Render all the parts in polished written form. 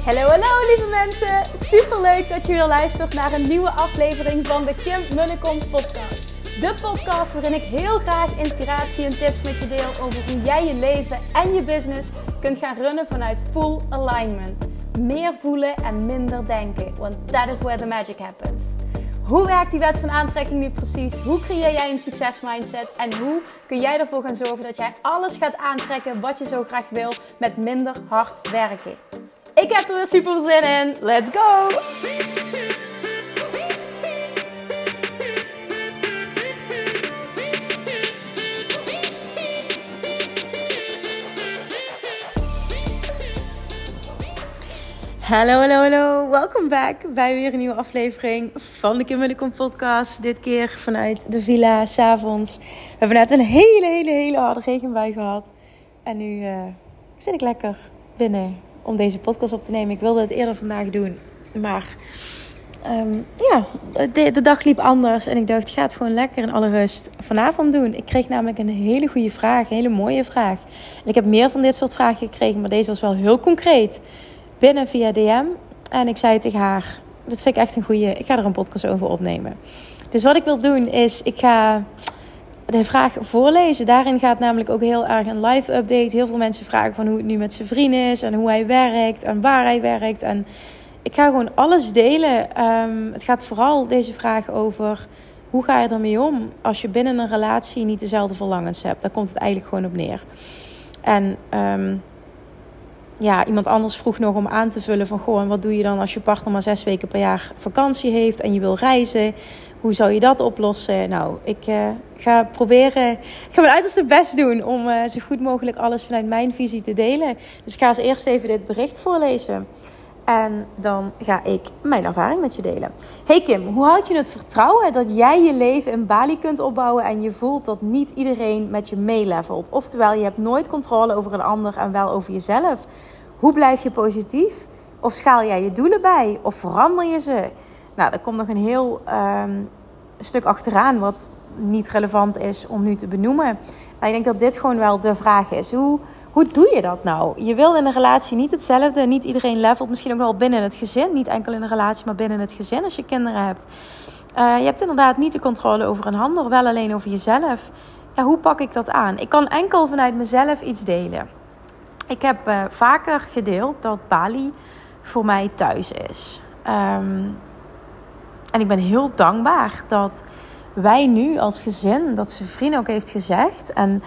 Hallo lieve mensen, superleuk dat je weer luistert naar een nieuwe aflevering van de Kim Munnekom podcast. De podcast waarin ik heel graag inspiratie en tips met je deel over hoe jij je leven en je business kunt gaan runnen vanuit full alignment. Meer voelen en minder denken, want that is where the magic happens. Hoe werkt die wet van aantrekking nu precies? Hoe creëer jij een succesmindset? En hoe kun jij ervoor gaan zorgen dat jij alles gaat aantrekken wat je zo graag wil met minder hard werken? Ik heb er weer super zin in. Let's go! Hallo. Welkom back bij weer een nieuwe aflevering van de Kim Munnekom podcast. Dit keer vanuit de villa, 's avonds. We hebben net een hele harde regenbui gehad. En nu zit ik lekker binnen om deze podcast op te nemen. Ik wilde het eerder vandaag doen. Maar de dag liep anders. En ik dacht, ik ga het gewoon lekker in alle rust vanavond doen. Ik kreeg namelijk een hele goede vraag. Een hele mooie vraag. En ik heb meer van dit soort vragen gekregen. Maar deze was wel heel concreet. Binnen via DM. En ik zei tegen haar, dat vind ik echt een goeie. Ik ga er een podcast over opnemen. Dus wat ik wil doen is, ik ga de vraag voorlezen. Daarin gaat namelijk ook heel erg een live update. Heel veel mensen vragen van hoe het nu met zijn vriend is. En hoe hij werkt. En waar hij werkt. En ik ga gewoon alles delen. Het gaat vooral deze vraag over, hoe ga je ermee om als je binnen een relatie niet dezelfde verlangens hebt. Daar komt het eigenlijk gewoon op neer. En iemand anders vroeg nog om aan te vullen van, goh, en wat doe je dan als je partner maar 6 weken per jaar vakantie heeft en je wil reizen? Hoe zou je dat oplossen? Nou, ik ga mijn uiterste best doen om zo goed mogelijk alles vanuit mijn visie te delen. Dus ik ga eens eerst even dit bericht voorlezen. En dan ga ik mijn ervaring met je delen. Hey Kim, hoe houd je het vertrouwen dat jij je leven in Bali kunt opbouwen en je voelt dat niet iedereen met je meelevelt? Oftewel, je hebt nooit controle over een ander en wel over jezelf. Hoe blijf je positief? Of schaal jij je doelen bij? Of verander je ze? Nou, er komt nog een heel stuk achteraan wat niet relevant is om nu te benoemen. Maar ik denk dat dit gewoon wel de vraag is. Hoe doe je dat nou? Je wil in een relatie niet hetzelfde. Niet iedereen levelt. Misschien ook wel binnen het gezin. Niet enkel in een relatie, maar binnen het gezin als je kinderen hebt. Je hebt inderdaad niet de controle over een ander. Wel alleen over jezelf. Ja, hoe pak ik dat aan? Ik kan enkel vanuit mezelf iets delen. Ik heb vaker gedeeld dat Bali voor mij thuis is. En ik ben heel dankbaar dat wij nu als gezin, dat zijn vriend ook heeft gezegd. En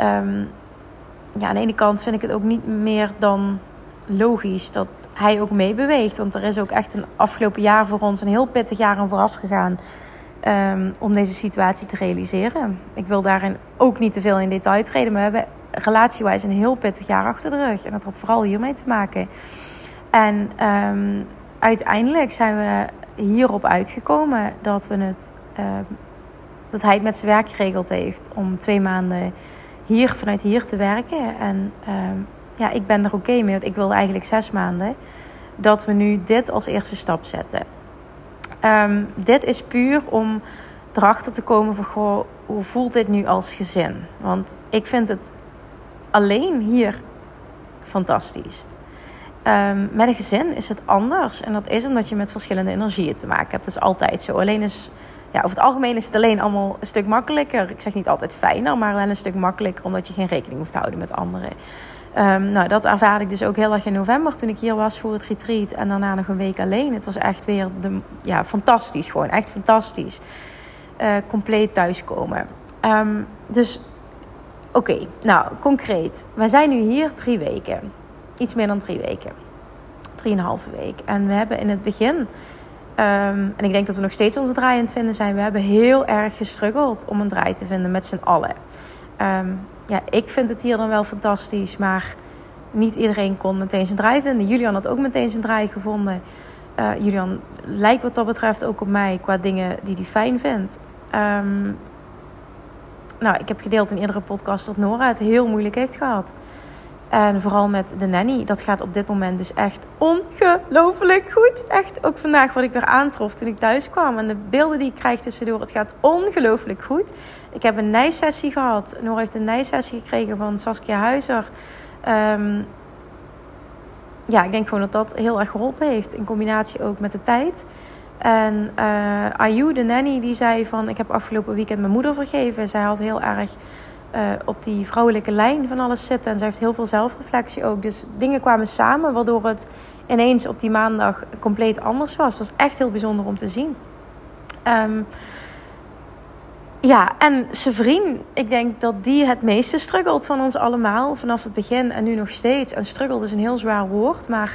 aan de ene kant vind ik het ook niet meer dan logisch dat hij ook meebeweegt. Want er is ook echt een afgelopen jaar voor ons een heel pittig jaar aan vooraf gegaan om deze situatie te realiseren. Ik wil daarin ook niet te veel in detail treden, maar we hebben relatiewijs een heel pittig jaar achter de rug. En dat had vooral hiermee te maken. En uiteindelijk zijn we hierop uitgekomen dat dat hij het met zijn werk geregeld heeft om 2 maanden vanuit hier te werken. En ik ben er oké mee, want ik wilde eigenlijk 6 maanden. Dat we nu dit als eerste stap zetten. Dit is puur om erachter te komen van, goh, hoe voelt dit nu als gezin? Want ik vind het alleen hier fantastisch. Met een gezin is het anders. En dat is omdat je met verschillende energieën te maken hebt. Dat is altijd zo. Over het algemeen is het alleen allemaal een stuk makkelijker. Ik zeg niet altijd fijner, maar wel een stuk makkelijker, omdat je geen rekening hoeft te houden met anderen. Dat ervaarde ik dus ook heel erg in november toen ik hier was voor het retreat. En daarna nog een week alleen. Het was echt weer fantastisch. Gewoon echt fantastisch. Compleet thuiskomen. Concreet. Wij zijn nu hier 3 weken. Iets meer dan 3 weken. 3,5 week. En we hebben in het begin, en ik denk dat we nog steeds onze draai aan het vinden zijn. We hebben heel erg gestruggeld om een draai te vinden met z'n allen. Ik vind het hier dan wel fantastisch. Maar niet iedereen kon meteen zijn draai vinden. Julian had ook meteen zijn draai gevonden. Julian lijkt wat dat betreft ook op mij qua dingen die hij fijn vindt. Ik heb gedeeld in eerdere podcast dat Nora het heel moeilijk heeft gehad. En vooral met de nanny. Dat gaat op dit moment dus echt ongelooflijk goed. Echt ook vandaag wat ik weer aantrof toen ik thuis kwam. En de beelden die ik krijg tussendoor. Het gaat ongelooflijk goed. Ik heb een nijsessie gehad. Nora heeft een nijsessie gekregen van Saskia Huizer. ja, ik denk gewoon dat dat heel erg geholpen heeft. In combinatie ook met de tijd. En Ayu, de nanny, die zei van... ik heb afgelopen weekend mijn moeder vergeven. Zij had heel erg op die vrouwelijke lijn van alles zitten. En zij heeft heel veel zelfreflectie ook. Dus dingen kwamen samen, waardoor het ineens op die maandag compleet anders was. Het was echt heel bijzonder om te zien. Ja, en zijn vriend, ik denk dat die het meeste struggelt van ons allemaal. Vanaf het begin en nu nog steeds. En struggelt is een heel zwaar woord, maar...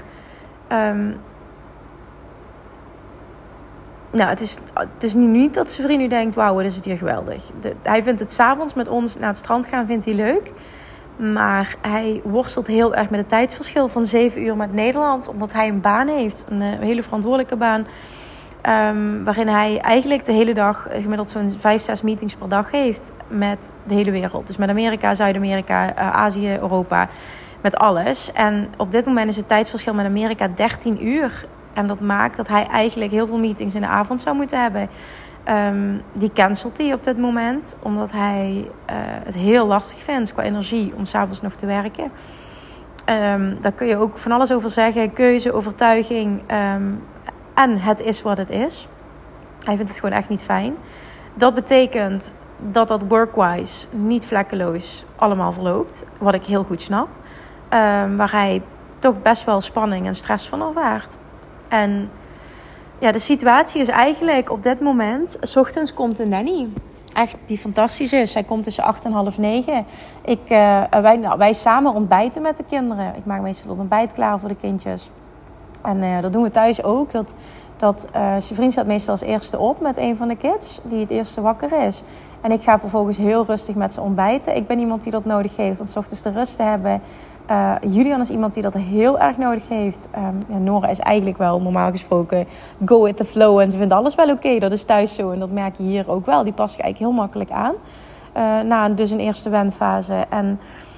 nou, het is niet dat zijn vriend nu denkt... wauw, wat is het hier geweldig. Hij vindt het 's avonds met ons naar het strand gaan vindt hij leuk. Maar hij worstelt heel erg met het tijdsverschil van 7 uur met Nederland. Omdat hij een baan heeft, een hele verantwoordelijke baan... waarin hij eigenlijk de hele dag gemiddeld zo'n 5-6 meetings per dag heeft met de hele wereld. Dus met Amerika, Zuid-Amerika, Azië, Europa, met alles. En op dit moment is het tijdsverschil met Amerika 13 uur. En dat maakt dat hij eigenlijk heel veel meetings in de avond zou moeten hebben. Die cancelt hij op dit moment, omdat hij het heel lastig vindt qua energie om 's avonds nog te werken. Daar kun je ook van alles over zeggen, keuze, overtuiging... En het is wat het is. Hij vindt het gewoon echt niet fijn. Dat betekent dat workwise niet vlekkeloos allemaal verloopt. Wat ik heel goed snap. Waar hij toch best wel spanning en stress van ervaart. En ja, de situatie is eigenlijk op dit moment... 's ochtends komt de nanny. Echt, die fantastisch is. Zij komt tussen 8 en half 9. Wij samen ontbijten met de kinderen. Ik maak meestal het ontbijt klaar voor de kindjes. En dat doen we thuis ook. Zijn vriend staat meestal als eerste op met een van de kids. Die het eerste wakker is. En ik ga vervolgens heel rustig met ze ontbijten. Ik ben iemand die dat nodig heeft om 's ochtends de rust te hebben. Julian is iemand die dat heel erg nodig heeft. Nora is eigenlijk wel normaal gesproken go with the flow. En ze vindt alles wel oké. Dat is thuis zo. En dat merk je hier ook wel. Die past eigenlijk heel makkelijk aan. Na dus een eerste wendfase. En...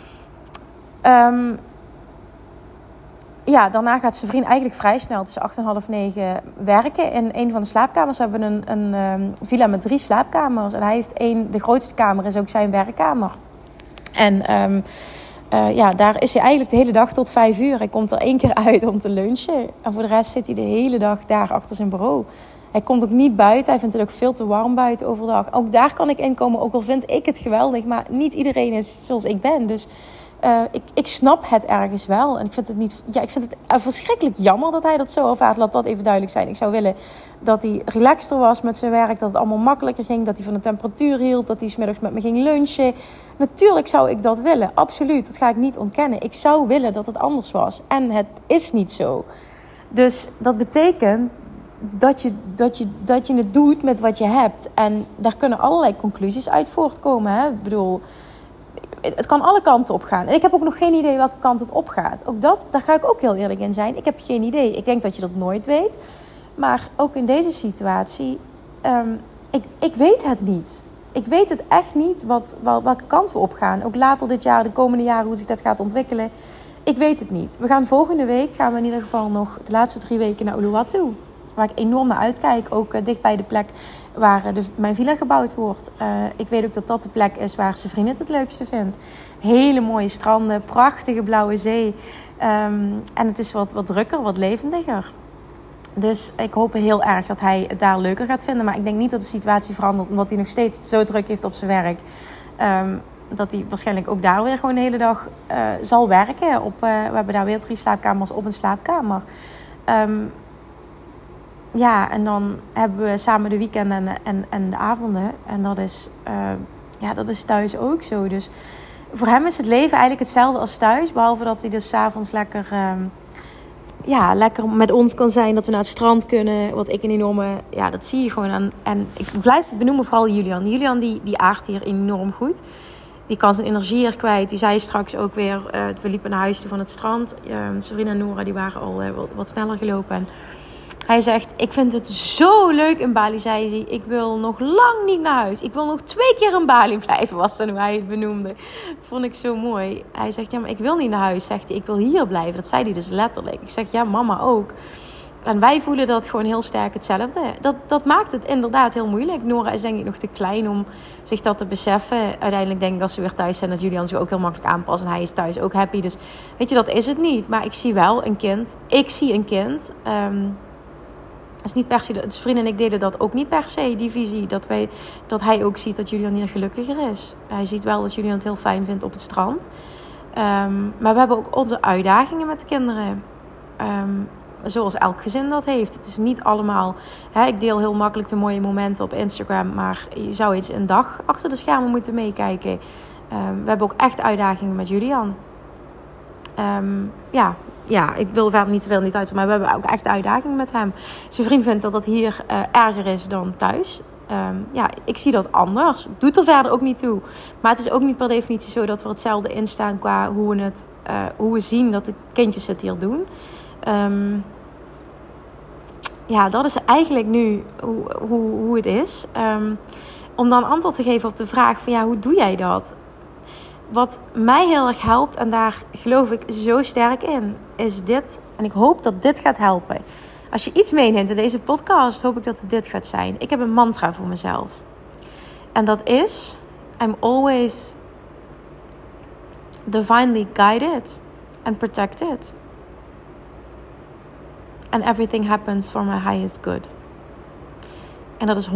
ja, daarna gaat zijn vriend eigenlijk vrij snel tussen 8 en half 9 werken in een van de slaapkamers. We hebben een villa met 3 slaapkamers. En hij heeft de grootste kamer is ook zijn werkkamer. En daar is hij eigenlijk de hele dag tot 5 uur. Hij komt er 1 keer uit om te lunchen. En voor de rest zit hij de hele dag daar achter zijn bureau. Hij komt ook niet buiten. Hij vindt het ook veel te warm buiten overdag. Ook daar kan ik inkomen, ook al vind ik het geweldig. Maar niet iedereen is zoals ik ben. Dus... Ik snap het ergens wel. En ik vind het verschrikkelijk jammer dat hij dat zo ervaart. Laat dat even duidelijk zijn. Ik zou willen dat hij relaxter was met zijn werk. Dat het allemaal makkelijker ging. Dat hij van de temperatuur hield. Dat hij 's middags met me ging lunchen. Natuurlijk zou ik dat willen. Absoluut. Dat ga ik niet ontkennen. Ik zou willen dat het anders was. En het is niet zo. Dus dat betekent dat je het doet met wat je hebt. En daar kunnen allerlei conclusies uit voortkomen. Hè? Ik bedoel... Het kan alle kanten op gaan. En ik heb ook nog geen idee welke kant het op gaat. Ook daar ga ik ook heel eerlijk in zijn. Ik heb geen idee. Ik denk dat je dat nooit weet. Maar ook in deze situatie... Ik weet het niet. Ik weet het echt niet welke kant we op gaan. Ook later dit jaar, de komende jaren, hoe zich dat gaat ontwikkelen. Ik weet het niet. Volgende week gaan we in ieder geval nog de laatste 3 weken naar Uluwatu. Waar ik enorm naar uitkijk. Ook dicht bij de plek waar mijn villa gebouwd wordt. Ik weet ook dat dat de plek is waar zijn vriend het leukste vindt. Hele mooie stranden, prachtige blauwe zee. En het is wat drukker, wat levendiger. Dus ik hoop heel erg dat hij het daar leuker gaat vinden. Maar ik denk niet dat de situatie verandert. Omdat hij nog steeds het zo druk heeft op zijn werk. Dat hij waarschijnlijk ook daar weer gewoon de hele dag zal werken. We hebben daar weer 3 slaapkamers op een slaapkamer. Ja, en dan hebben we samen de weekenden en de avonden. En dat is thuis ook zo. Dus voor hem is het leven eigenlijk hetzelfde als thuis. Behalve dat hij dus 's avonds lekker met ons kan zijn. Dat we naar het strand kunnen. Wat ik een enorme... Ja, dat zie je gewoon aan. En ik blijf het benoemen, vooral Julian. Julian die aardt hier enorm goed. Die kan zijn energie er kwijt. Die zei straks ook weer... we liepen naar huis toe van het strand. Serena en Nora die waren al wat sneller gelopen. En hij zegt, ik vind het zo leuk in Bali, zei hij. Ik wil nog lang niet naar huis. Ik wil nog 2 keer in Bali blijven, was dan hoe hij het benoemde. Vond ik zo mooi. Hij zegt, ja, maar ik wil niet naar huis, zegt hij. Ik wil hier blijven. Dat zei hij dus letterlijk. Ik zeg, ja, mama ook. En wij voelen dat gewoon heel sterk hetzelfde. Dat maakt het inderdaad heel moeilijk. Nora is denk ik nog te klein om zich dat te beseffen. Uiteindelijk denk ik dat ze weer thuis zijn. Dat Julian zich ook heel makkelijk aanpast. En hij is thuis ook happy. Dus weet je, dat is het niet. Maar ik zie wel een kind. Ik zie een kind. Is niet per se, dus vrienden en ik deden dat ook niet per se, die visie. Dat hij ook ziet dat Julian hier gelukkiger is. Hij ziet wel dat Julian het heel fijn vindt op het strand. Maar we hebben ook onze uitdagingen met de kinderen. Zoals elk gezin dat heeft. Het is niet allemaal... ik deel heel makkelijk de mooie momenten op Instagram. Maar je zou eens een dag achter de schermen moeten meekijken. We hebben ook echt uitdagingen met Julian. Ik wil verder niet te veel uit. Maar we hebben ook echt uitdagingen met hem. Zijn vriend vindt dat dat hier erger is dan thuis. Ik zie dat anders. Doet er verder ook niet toe. Maar het is ook niet per definitie zo dat we hetzelfde instaan qua hoe we zien dat de kindjes het hier doen. Dat is eigenlijk nu hoe het is. Om dan antwoord te geven op de vraag van hoe doe jij dat? Wat mij heel erg helpt, en daar geloof ik zo sterk in, is dit. En ik hoop dat dit gaat helpen. Als je iets meeneemt in deze podcast, hoop ik dat het dit gaat zijn. Ik heb een mantra voor mezelf. En dat is: I'm always divinely guided and protected. And everything happens for my highest good. En dat is 100%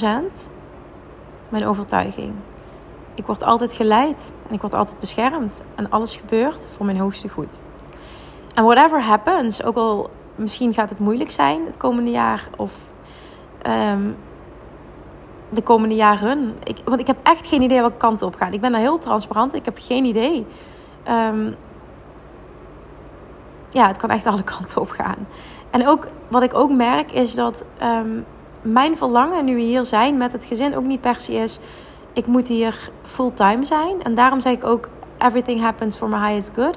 mijn overtuiging. Ik word altijd geleid en ik word altijd beschermd. En alles gebeurt voor mijn hoogste goed. En whatever happens, ook al misschien gaat het moeilijk zijn het komende jaar of de komende jaren. Want ik heb echt geen idee welke kant op gaat. Ik ben daar heel transparant. Ik heb geen idee. Het kan echt alle kanten op gaan. En ook wat ik ook merk is dat mijn verlangen nu we hier zijn met het gezin ook niet per se is: ik moet hier fulltime zijn. En daarom zeg ik ook: everything happens for my highest good.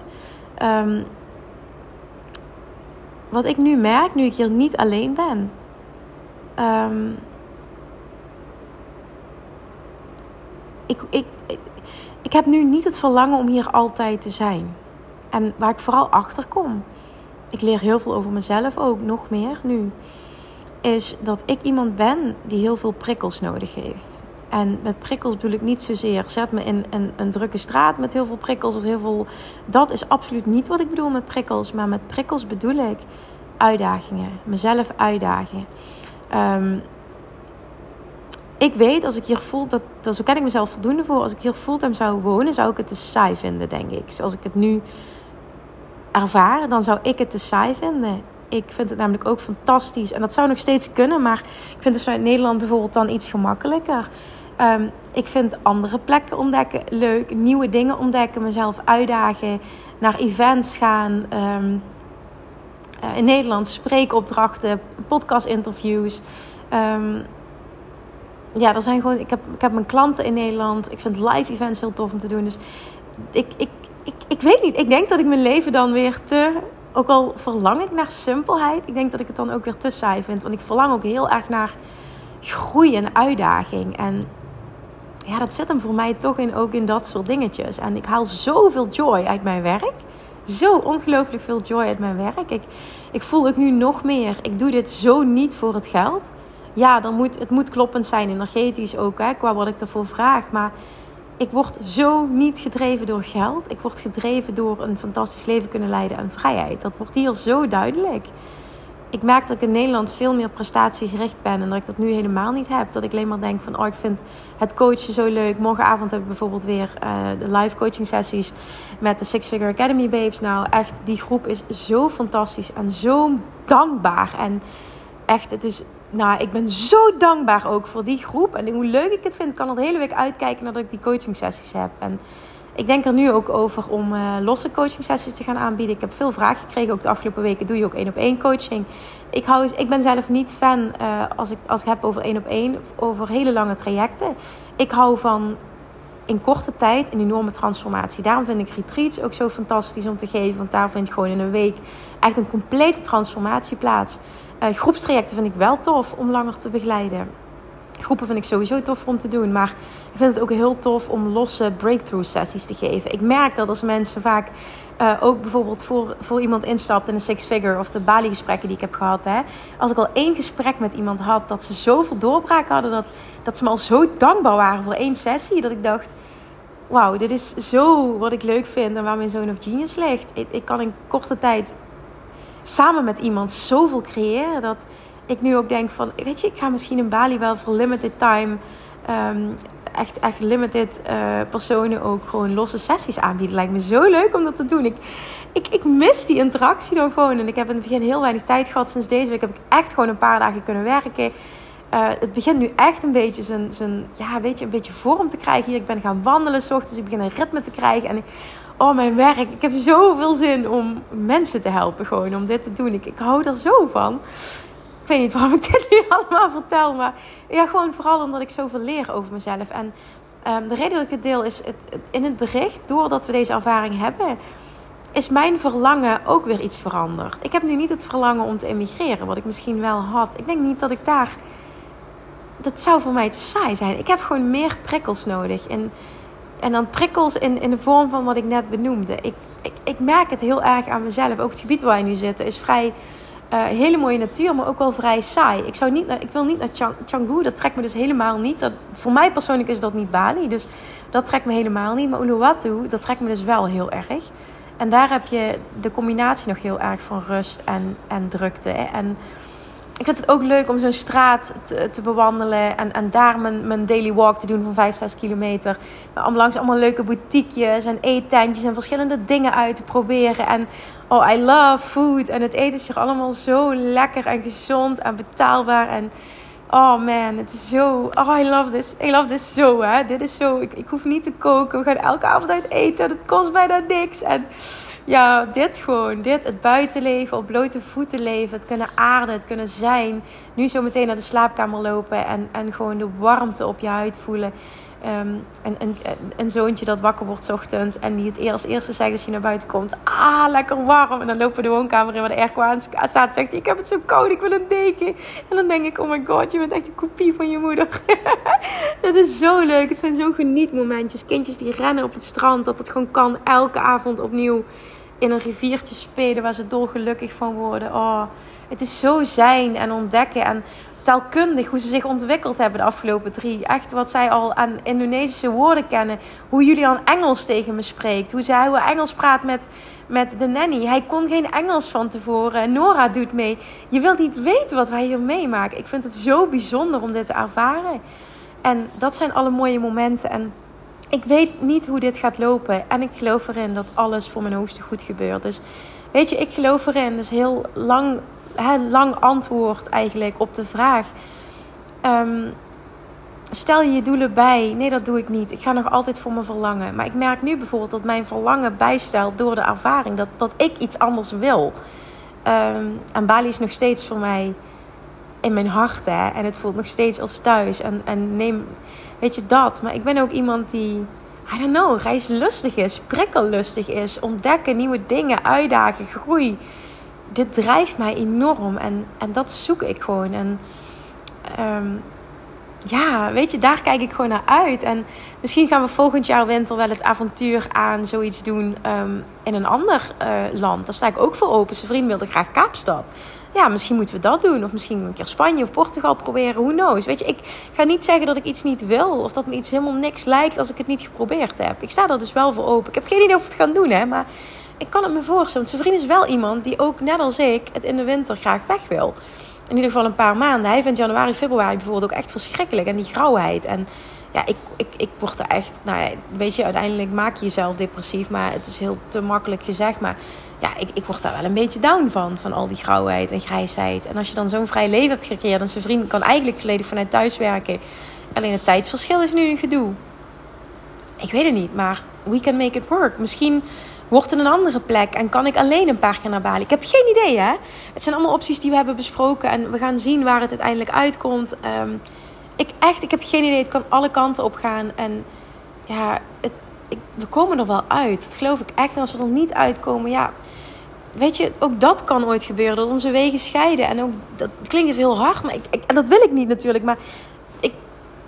Wat ik nu merk, nu ik hier niet alleen ben. Ik heb nu niet het verlangen om hier altijd te zijn. En waar ik vooral achter kom, ik leer heel veel over mezelf ook, nog meer nu, is dat ik iemand ben die heel veel prikkels nodig heeft. En met prikkels bedoel ik niet zozeer zet me in een drukke straat met heel veel prikkels of heel veel. Dat is absoluut niet wat ik bedoel met prikkels. Maar met prikkels bedoel ik uitdagingen. Mezelf uitdagen. Ik weet, als ik hier voel, zo ken ik mezelf voldoende voor. Als ik hier fulltime zou wonen, zou ik het te saai vinden, denk ik. Zoals ik het nu ervaar, dan zou ik het te saai vinden. Ik vind het namelijk ook fantastisch. En dat zou nog steeds kunnen, maar ik vind het vanuit Nederland bijvoorbeeld dan iets gemakkelijker. Ik vind andere plekken ontdekken leuk. Nieuwe dingen ontdekken, mezelf uitdagen. Naar events gaan. In Nederland spreekopdrachten, podcastinterviews. Er zijn gewoon. Ik heb mijn klanten in Nederland. Ik vind live events heel tof om te doen. Dus ik weet niet. Ik denk dat ik mijn leven dan weer ook al verlang ik naar simpelheid. Ik denk dat ik het dan ook weer te saai vind. Want ik verlang ook heel erg naar groei en uitdaging. En dat zit hem voor mij toch ook in dat soort dingetjes. En ik haal zoveel joy uit mijn werk. Zo ongelooflijk veel joy uit mijn werk. Ik voel ook nu nog meer. Ik doe dit zo niet voor het geld. Ja, het moet kloppend zijn, energetisch ook, qua wat ik ervoor vraag. Maar ik word zo niet gedreven door geld. Ik word gedreven door een fantastisch leven kunnen leiden en vrijheid. Dat wordt hier zo duidelijk. Ik merk dat ik in Nederland veel meer prestatiegericht ben. En dat ik dat nu helemaal niet heb. Dat ik alleen maar denk van, ik vind het coachen zo leuk. Morgenavond heb ik bijvoorbeeld weer de live coaching sessies met de Six Figure Academy Babes. Nou, echt, die groep is zo fantastisch en zo dankbaar. En echt, ik ben zo dankbaar ook voor die groep. En hoe leuk ik het vind, kan er de hele week uitkijken nadat ik die coaching sessies heb. En ik denk er nu ook over om losse coaching sessies te gaan aanbieden. Ik heb veel vragen gekregen. Ook de afgelopen weken doe je ook 1-op-1 coaching. Ik ben zelf niet fan als ik heb over 1-op-1. Over hele lange trajecten. Ik hou van in korte tijd een enorme transformatie. Daarom vind ik retreats ook zo fantastisch om te geven. Want daar vind je gewoon in een week echt een complete transformatie plaats. Groepstrajecten vind ik wel tof om langer te begeleiden. Groepen vind ik sowieso tof om te doen. Maar ik vind het ook heel tof om losse breakthrough sessies te geven. Ik merk dat als mensen vaak ook bijvoorbeeld voor iemand instapt in een six figure of de Bali gesprekken die ik heb gehad. Hè, als ik al 1 gesprek met iemand had dat ze zoveel doorbraak hadden. Dat ze me al zo dankbaar waren voor 1 sessie. Dat ik dacht, wauw, dit is zo wat ik leuk vind en waar mijn zone of genius ligt. Ik kan in korte tijd samen met iemand zoveel creëren dat ik nu ook denk van, weet je, ik ga misschien in Bali wel voor limited time, echt limited personen ook gewoon losse sessies aanbieden. Lijkt me zo leuk om dat te doen. Ik mis die interactie dan gewoon. En ik heb in het begin heel weinig tijd gehad. Sinds deze week heb ik echt gewoon een paar dagen kunnen werken. Het begint nu echt een beetje een beetje vorm te krijgen hier. Ik ben gaan wandelen 's ochtends. Ik begin een ritme te krijgen. En mijn werk. Ik heb zoveel zin om mensen te helpen gewoon. Om dit te doen. Ik hou er zo van. Ik weet niet waarom ik dit nu allemaal vertel. Maar ja, gewoon vooral omdat ik zoveel leer over mezelf. En de reden dat ik het deel is in het bericht. Doordat we deze ervaring hebben, is mijn verlangen ook weer iets veranderd. Ik heb nu niet het verlangen om te emigreren. Wat ik misschien wel had. Ik denk niet dat ik daar... Dat zou voor mij te saai zijn. Ik heb gewoon meer prikkels nodig. En dan prikkels in de vorm van wat ik net benoemde. Ik merk het heel erg aan mezelf. Ook het gebied waar wij nu zitten is vrij... hele mooie natuur, maar ook wel vrij saai. Ik wil niet naar Canggu. Dat trekt me dus helemaal niet. Voor mij persoonlijk is dat niet Bali. Dus dat trekt me helemaal niet. Maar Uluwatu, dat trekt me dus wel heel erg. En daar heb je de combinatie nog heel erg van rust en drukte. En ik vind het ook leuk om zo'n straat te bewandelen. En daar mijn daily walk te doen van 5-6 kilometer. Langs allemaal leuke boutiquejes en eettentjes en verschillende dingen uit te proberen. En I love food. En het eten is hier allemaal zo lekker en gezond en betaalbaar. En oh man, het is zo... I love this. I love this zo, hè. Dit is zo... Ik hoef niet te koken. We gaan elke avond uit eten. Het kost bijna niks. En ja, het buitenleven, op blote voeten leven, het kunnen aarden, het kunnen zijn. Nu zo meteen naar de slaapkamer lopen en gewoon de warmte op je huid voelen. Een zoontje dat wakker wordt 's ochtends en die het als eerste zegt als je naar buiten komt. Lekker warm. En dan lopen we de woonkamer in waar de airco aan staat. Zegt hij, ik heb het zo koud, ik wil een deken. En dan denk ik, oh my god, je bent echt een kopie van je moeder. Dat is zo leuk. Het zijn zo genietmomentjes. Kindjes die rennen op het strand. Dat het gewoon kan elke avond opnieuw in een riviertje spelen waar ze dolgelukkig van worden. Het is zo zijn en ontdekken en taalkundig hoe ze zich ontwikkeld hebben de afgelopen 3. Echt wat zij al aan Indonesische woorden kennen. Hoe Julian Engels tegen me spreekt. Hoe hij Engels praat met de nanny. Hij kon geen Engels van tevoren. Nora doet mee. Je wilt niet weten wat wij hier meemaken. Ik vind het zo bijzonder om dit te ervaren. En dat zijn alle mooie momenten. En ik weet niet hoe dit gaat lopen. En ik geloof erin dat alles voor mijn hoogste goed gebeurt. Dus weet je, ik geloof erin. Dus heel lang antwoord eigenlijk op de vraag. Stel je doelen bij. Nee, dat doe ik niet. Ik ga nog altijd voor mijn verlangen. Maar ik merk nu bijvoorbeeld dat mijn verlangen bijstelt door de ervaring. Dat ik iets anders wil. En Bali is nog steeds voor mij in mijn hart. Hè? En het voelt nog steeds als thuis. En neem, weet je dat. Maar ik ben ook iemand die, I don't know, reislustig is. Prikkellustig is. Ontdekken, nieuwe dingen, uitdagen, groei. Dit drijft mij enorm. En dat zoek ik gewoon. En weet je, daar kijk ik gewoon naar uit. En misschien gaan we volgend jaar winter wel het avontuur aan zoiets doen in een ander land. Daar sta ik ook voor open. Zijn vriend wilde graag Kaapstad. Ja, misschien moeten we dat doen. Of misschien een keer Spanje of Portugal proberen. Who knows? Weet je, ik ga niet zeggen dat ik iets niet wil. Of dat me iets helemaal niks lijkt als ik het niet geprobeerd heb. Ik sta er dus wel voor open. Ik heb geen idee of we het gaan doen, hè. Maar ik kan het me voorstellen. Want zijn vriend is wel iemand die ook, net als ik, het in de winter graag weg wil. In ieder geval een paar maanden. Hij vindt januari, februari bijvoorbeeld ook echt verschrikkelijk. En die grauwheid. En ja, ik word er echt... Nou ja, weet je, uiteindelijk maak je jezelf depressief. Maar het is heel te makkelijk gezegd. Maar ja, ik word daar wel een beetje down van. Van al die grauwheid en grijsheid. En als je dan zo'n vrij leven hebt gecreëerd. En zijn vriend kan eigenlijk volledig vanuit thuis werken. Alleen het tijdsverschil is nu een gedoe. Ik weet het niet. Maar we can make it work. Misschien wordt het een andere plek en kan ik alleen een paar keer naar Bali. Ik heb geen idee, hè. Het zijn allemaal opties die we hebben besproken. En we gaan zien waar het uiteindelijk uitkomt. Ik heb geen idee. Het kan alle kanten op gaan. En ja, we komen er wel uit. Dat geloof ik echt. En als we er niet uitkomen, ja, weet je, ook dat kan ooit gebeuren. Dat onze wegen scheiden. En ook, dat klinkt even heel hard, maar en dat wil ik niet natuurlijk. Maar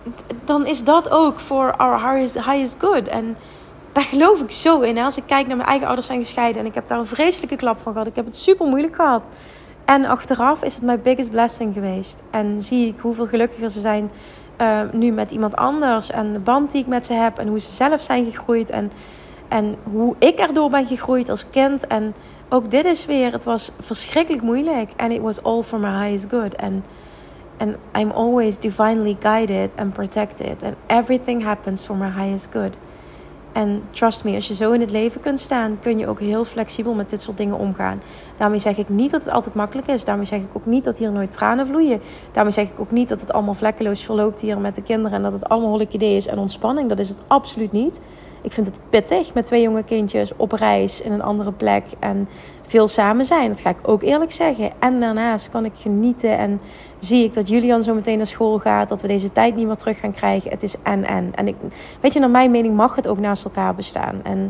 dan is dat ook for our highest good. En daar geloof ik zo in. Als ik kijk naar mijn eigen ouders zijn gescheiden en ik heb daar een vreselijke klap van gehad. Ik heb het super moeilijk gehad. En achteraf is het mijn biggest blessing geweest. En zie ik hoeveel gelukkiger ze zijn nu met iemand anders. En de band die ik met ze heb. En hoe ze zelf zijn gegroeid. En hoe ik erdoor ben gegroeid als kind. En ook dit is weer, het was verschrikkelijk moeilijk. And it was all for my highest good. And I'm always divinely guided and protected. And everything happens for my highest good. En trust me, als je zo in het leven kunt staan, kun je ook heel flexibel met dit soort dingen omgaan. Daarmee zeg ik niet dat het altijd makkelijk is. Daarmee zeg ik ook niet dat hier nooit tranen vloeien. Daarmee zeg ik ook niet dat het allemaal vlekkeloos verloopt hier met de kinderen. En dat het allemaal holiday is en ontspanning. Dat is het absoluut niet. Ik vind het pittig met 2 jonge kindjes op reis in een andere plek. En veel samen zijn. Dat ga ik ook eerlijk zeggen. En daarnaast kan ik genieten. En zie ik dat Julian zo meteen naar school gaat. Dat we deze tijd niet meer terug gaan krijgen. Het is en. En ik, weet je, naar mijn mening mag het ook naast elkaar bestaan. En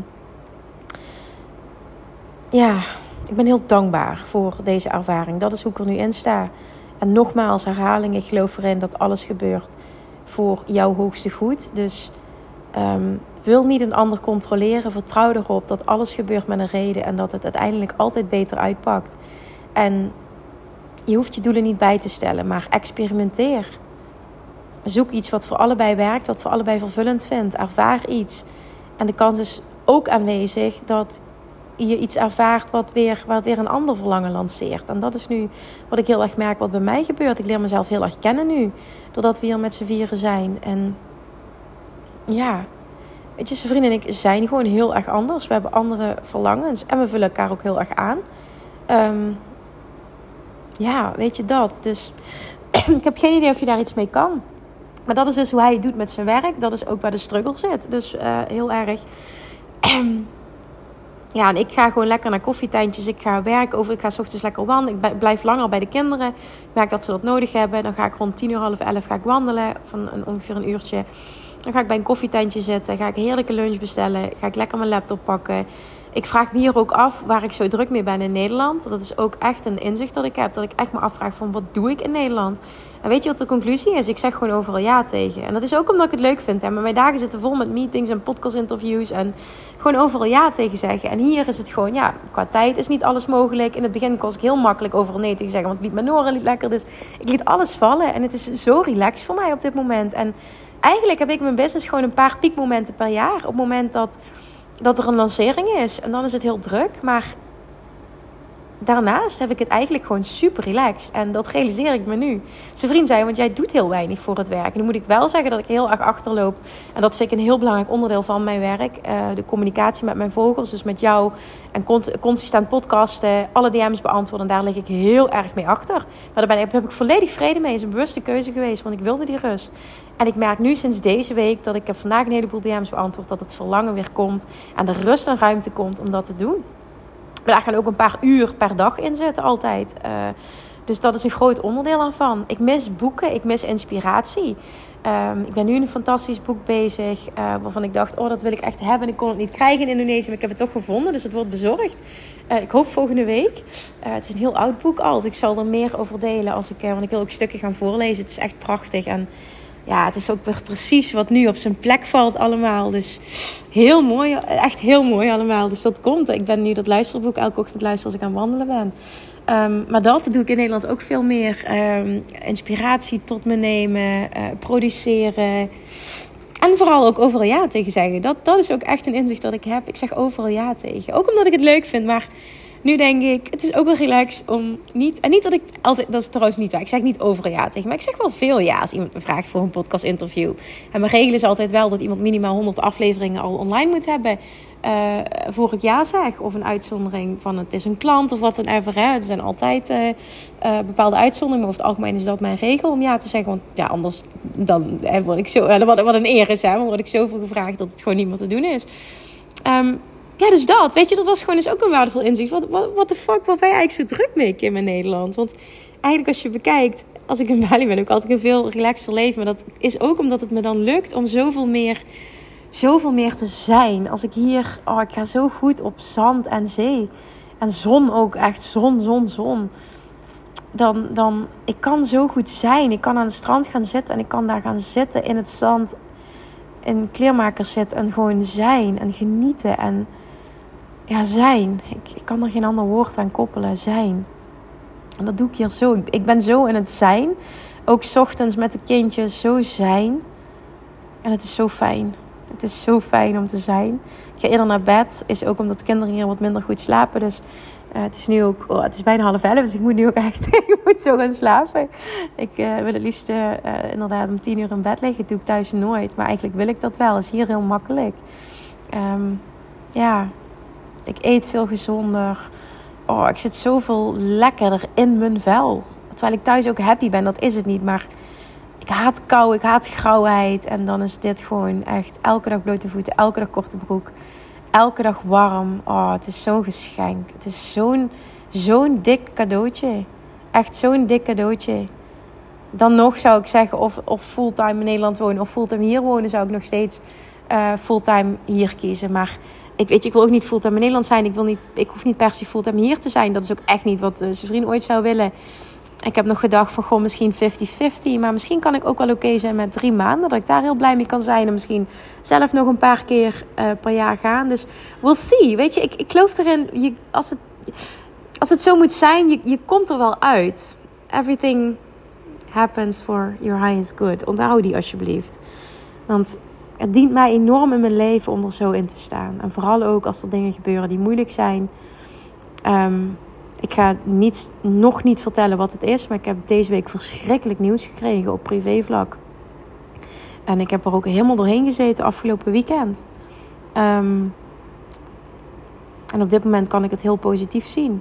ja, ik ben heel dankbaar voor deze ervaring. Dat is hoe ik er nu in sta. En nogmaals, herhaling. Ik geloof erin dat alles gebeurt voor jouw hoogste goed. Dus wil niet een ander controleren. Vertrouw erop dat alles gebeurt met een reden. En dat het uiteindelijk altijd beter uitpakt. En je hoeft je doelen niet bij te stellen. Maar experimenteer. Zoek iets wat voor allebei werkt. Wat voor allebei vervullend vindt. Ervaar iets. En de kans is ook aanwezig dat je iets ervaart wat weer een ander verlangen lanceert. En dat is nu wat ik heel erg merk wat bij mij gebeurt. Ik leer mezelf heel erg kennen nu. Doordat we hier met z'n vieren zijn. En ja, weet je, zijn vriend en ik zijn gewoon heel erg anders. We hebben andere verlangens. En we vullen elkaar ook heel erg aan. Ja, weet je dat. Dus ik heb geen idee of je daar iets mee kan. Maar dat is dus hoe hij het doet met zijn werk. Dat is ook waar de struggle zit. Dus heel erg. Ja, en ik ga gewoon lekker naar koffietijntjes. Ik ga werken over. Ik ga 's ochtends lekker wandelen. Ik blijf langer bij de kinderen. Ik merk dat ze dat nodig hebben. Dan ga ik rond 10:30, 11:30 ga ik wandelen. Van ongeveer een uurtje. Dan ga ik bij een koffietentje zitten. Ga ik een heerlijke lunch bestellen. Ga ik lekker mijn laptop pakken. Ik vraag me hier ook af waar ik zo druk mee ben in Nederland. Dat is ook echt een inzicht dat ik heb. Dat ik echt me afvraag van wat doe ik in Nederland? En weet je wat de conclusie is? Ik zeg gewoon overal ja tegen. En dat is ook omdat ik het leuk vind. Hè? Maar mijn dagen zitten vol met meetings en podcast-interviews. En gewoon overal ja tegen zeggen. En hier is het gewoon, ja, qua tijd is niet alles mogelijk. In het begin kost ik heel makkelijk overal nee tegen zeggen. Want het liet mijn oren niet lekker. Dus ik liet alles vallen. En het is zo relaxed voor mij op dit moment. En eigenlijk heb ik mijn business gewoon een paar piekmomenten per jaar. Op het moment dat er een lancering is. En dan is het heel druk. Maar daarnaast heb ik het eigenlijk gewoon super relaxed. En dat realiseer ik me nu. Zijn vriend zei, want jij doet heel weinig voor het werk. En dan moet ik wel zeggen dat ik heel erg achterloop. En dat vind ik een heel belangrijk onderdeel van mijn werk. De communicatie met mijn volgers. Dus met jou. En consistent podcasten. Alle DM's beantwoorden. En daar lig ik heel erg mee achter. Maar daar heb ik volledig vrede mee. Het is een bewuste keuze geweest. Want ik wilde die rust. En ik merk nu sinds deze week dat ik heb vandaag een heleboel DM's beantwoord. Dat het verlangen weer komt. En de rust en ruimte komt om dat te doen. Maar daar gaan ook een paar uur per dag in zitten altijd. Dus dat is een groot onderdeel ervan. Ik mis boeken, ik mis inspiratie. Ik ben nu een fantastisch boek bezig. Waarvan ik dacht, dat wil ik echt hebben. Ik kon het niet krijgen in Indonesië, maar ik heb het toch gevonden. Dus het wordt bezorgd. Ik hoop volgende week. Het is een heel oud boek al. Dus ik zal er meer over delen. Want ik wil ook stukken gaan voorlezen. Het is echt prachtig. En ja, het is ook weer precies wat nu op zijn plek valt allemaal. Dus heel mooi, echt heel mooi allemaal. Dus dat komt. Ik ben nu dat luisterboek elke ochtend luisteren als ik aan het wandelen ben. Maar dat doe ik in Nederland ook veel meer. Inspiratie tot me nemen, produceren. En vooral ook overal ja tegen zeggen. Dat is ook echt een inzicht dat ik heb. Ik zeg overal ja tegen. Ook omdat ik het leuk vind, maar nu denk ik, het is ook wel relaxed om niet... En niet dat ik altijd... Dat is trouwens niet waar. Ik zeg niet overal ja tegen. Maar ik zeg wel veel ja als iemand me vraagt voor een podcast interview. En mijn regel is altijd wel dat iemand minimaal 100 afleveringen al online moet hebben. Voor ik ja zeg. Of een uitzondering van het is een klant of wat dan ever. Hè. Er zijn altijd bepaalde uitzonderingen. Maar over het algemeen is dat mijn regel om ja te zeggen. Want ja, anders dan word ik zo... Wat een eer is, hè. Dan word ik zoveel gevraagd dat het gewoon niet meer te doen is. Ja, dus dat. Weet je, dat was gewoon dus ook een waardevol inzicht. What the fuck, waar ben je eigenlijk zo druk mee, Kim, in Nederland? Want eigenlijk als je bekijkt, als ik in Bali ben, ook altijd een veel relaxter leven. Maar dat is ook omdat het me dan lukt om zoveel meer te zijn. Als ik hier, ik ga zo goed op zand en zee. En zon ook, echt zon. dan ik kan zo goed zijn. Ik kan aan het strand gaan zitten en ik kan daar gaan zitten in het zand, in kleermakers zitten en gewoon zijn en genieten en ja, zijn. Ik kan er geen ander woord aan koppelen. Zijn. En dat doe ik hier zo. Ik ben zo in het zijn. Ook 's ochtends met de kindjes zo zijn. En het is zo fijn. Het is zo fijn om te zijn. Ik ga eerder naar bed. Is ook omdat de kinderen hier wat minder goed slapen. Dus het is nu ook... het is bijna 10:30. Dus ik moet nu ook echt... ik moet zo gaan slapen. Ik wil het liefst inderdaad om 10:00 in bed liggen. Dat doe ik thuis nooit. Maar eigenlijk wil ik dat wel. Dat is hier heel makkelijk. Ik eet veel gezonder. Ik zit zoveel lekkerder in mijn vel. Terwijl ik thuis ook happy ben. Dat is het niet. Maar ik haat kou. Ik haat grauwheid. En dan is dit gewoon echt elke dag blote voeten. Elke dag korte broek. Elke dag warm. Het is zo'n geschenk. Het is zo'n dik cadeautje. Echt zo'n dik cadeautje. Dan nog zou ik zeggen of fulltime in Nederland wonen of fulltime hier wonen, zou ik nog steeds fulltime hier kiezen. Maar ik wil ook niet fulltime in Nederland zijn. Ik hoef niet per se fulltime hier te zijn. Dat is ook echt niet wat zijn vriend ooit zou willen. Ik heb nog gedacht van misschien 50-50. Maar misschien kan ik ook wel oké zijn met 3 maanden. Dat ik daar heel blij mee kan zijn. En misschien zelf nog een paar keer per jaar gaan. Dus we'll see. Weet je, ik geloof erin. Als het zo moet zijn, je komt er wel uit. Everything happens for your highest good. Onthoud die alsjeblieft. Want het dient mij enorm in mijn leven om er zo in te staan. En vooral ook als er dingen gebeuren die moeilijk zijn. Ik ga nog niet vertellen wat het is. Maar ik heb deze week verschrikkelijk nieuws gekregen op privévlak. En ik heb er ook helemaal doorheen gezeten afgelopen weekend. En op dit moment kan ik het heel positief zien.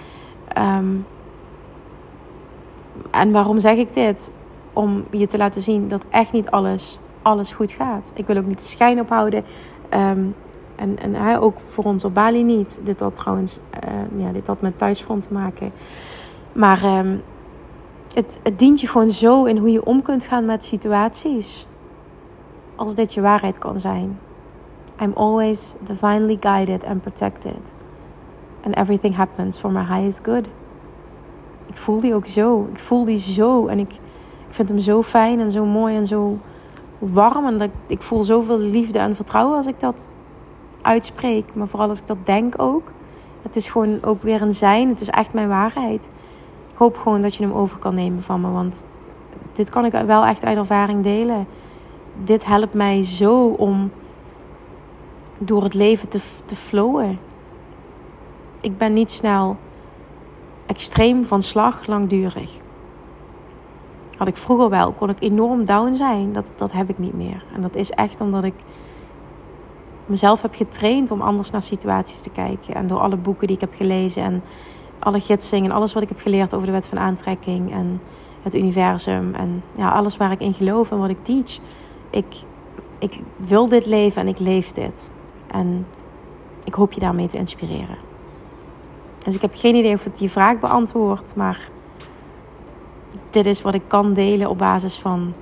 En waarom zeg ik dit? Om je te laten zien dat echt niet alles goed gaat. Ik wil ook niet de schijn ophouden. En ook voor ons op Bali niet. Dit had met thuisfront te maken. Maar het dient je gewoon zo in hoe je om kunt gaan met situaties. Als dit je waarheid kan zijn. I'm always divinely guided and protected. And everything happens for my highest good. Ik voel die ook zo. Ik voel die zo. En ik vind hem zo fijn en zo mooi en zo warm. En ik voel zoveel liefde en vertrouwen als ik dat uitspreek. Maar vooral als ik dat denk ook. Het is gewoon ook weer een zijn. Het is echt mijn waarheid. Ik hoop gewoon dat je hem over kan nemen van me. Want dit kan ik wel echt uit ervaring delen. Dit helpt mij zo om door het leven te flowen. Ik ben niet snel extreem van slag, langdurig. Had ik vroeger wel, kon ik enorm down zijn. Dat heb ik niet meer. En dat is echt omdat ik mezelf heb getraind om anders naar situaties te kijken. En door alle boeken die ik heb gelezen en alle gidsing en alles wat ik heb geleerd over de wet van aantrekking en het universum en alles waar ik in geloof en wat ik teach. Ik wil dit leven en ik leef dit. En ik hoop je daarmee te inspireren. Dus ik heb geen idee of het je vraag beantwoordt, maar dit is wat ik kan delen op basis van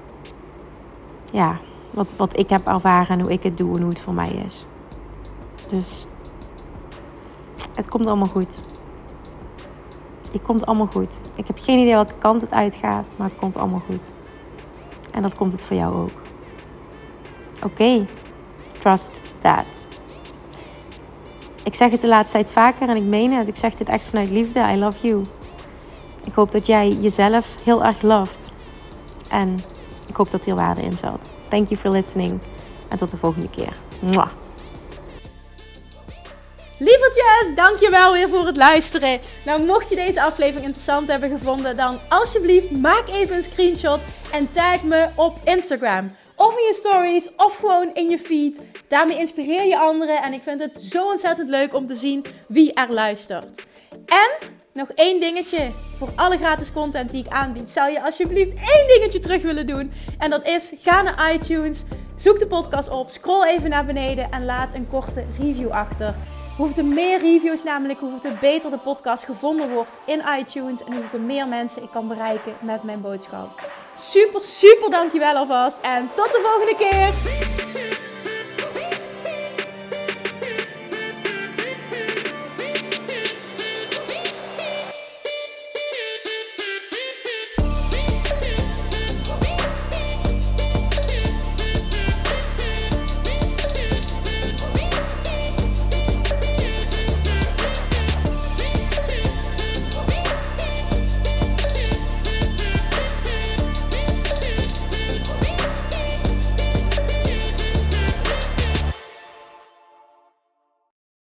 wat ik heb ervaren en hoe ik het doe en hoe het voor mij is. Dus het komt allemaal goed. Het komt allemaal goed. Ik heb geen idee welke kant het uitgaat, maar het komt allemaal goed. En dat komt het voor jou ook. Oké. Trust that. Ik zeg het de laatste tijd vaker en ik meen het. Ik zeg dit echt vanuit liefde. I love you. Ik hoop dat jij jezelf heel erg loved. En ik hoop dat hier waarde in zat. Thank you for listening. En tot de volgende keer. Mwah. Lievertjes, dankjewel weer voor het luisteren. Nou, mocht je deze aflevering interessant hebben gevonden, dan alsjeblieft maak even een screenshot en tag me op Instagram. Of in je stories, of gewoon in je feed. Daarmee inspireer je anderen en ik vind het zo ontzettend leuk om te zien wie er luistert. En nog 1 dingetje. Voor alle gratis content die ik aanbied, zou je alsjeblieft 1 dingetje terug willen doen. En dat is, ga naar iTunes, zoek de podcast op, scroll even naar beneden en laat een korte review achter. Hoeveel meer reviews namelijk, hoeveel beter de podcast gevonden wordt in iTunes. En hoeveel meer mensen ik kan bereiken met mijn boodschap. Super, super dankjewel alvast. En tot de volgende keer.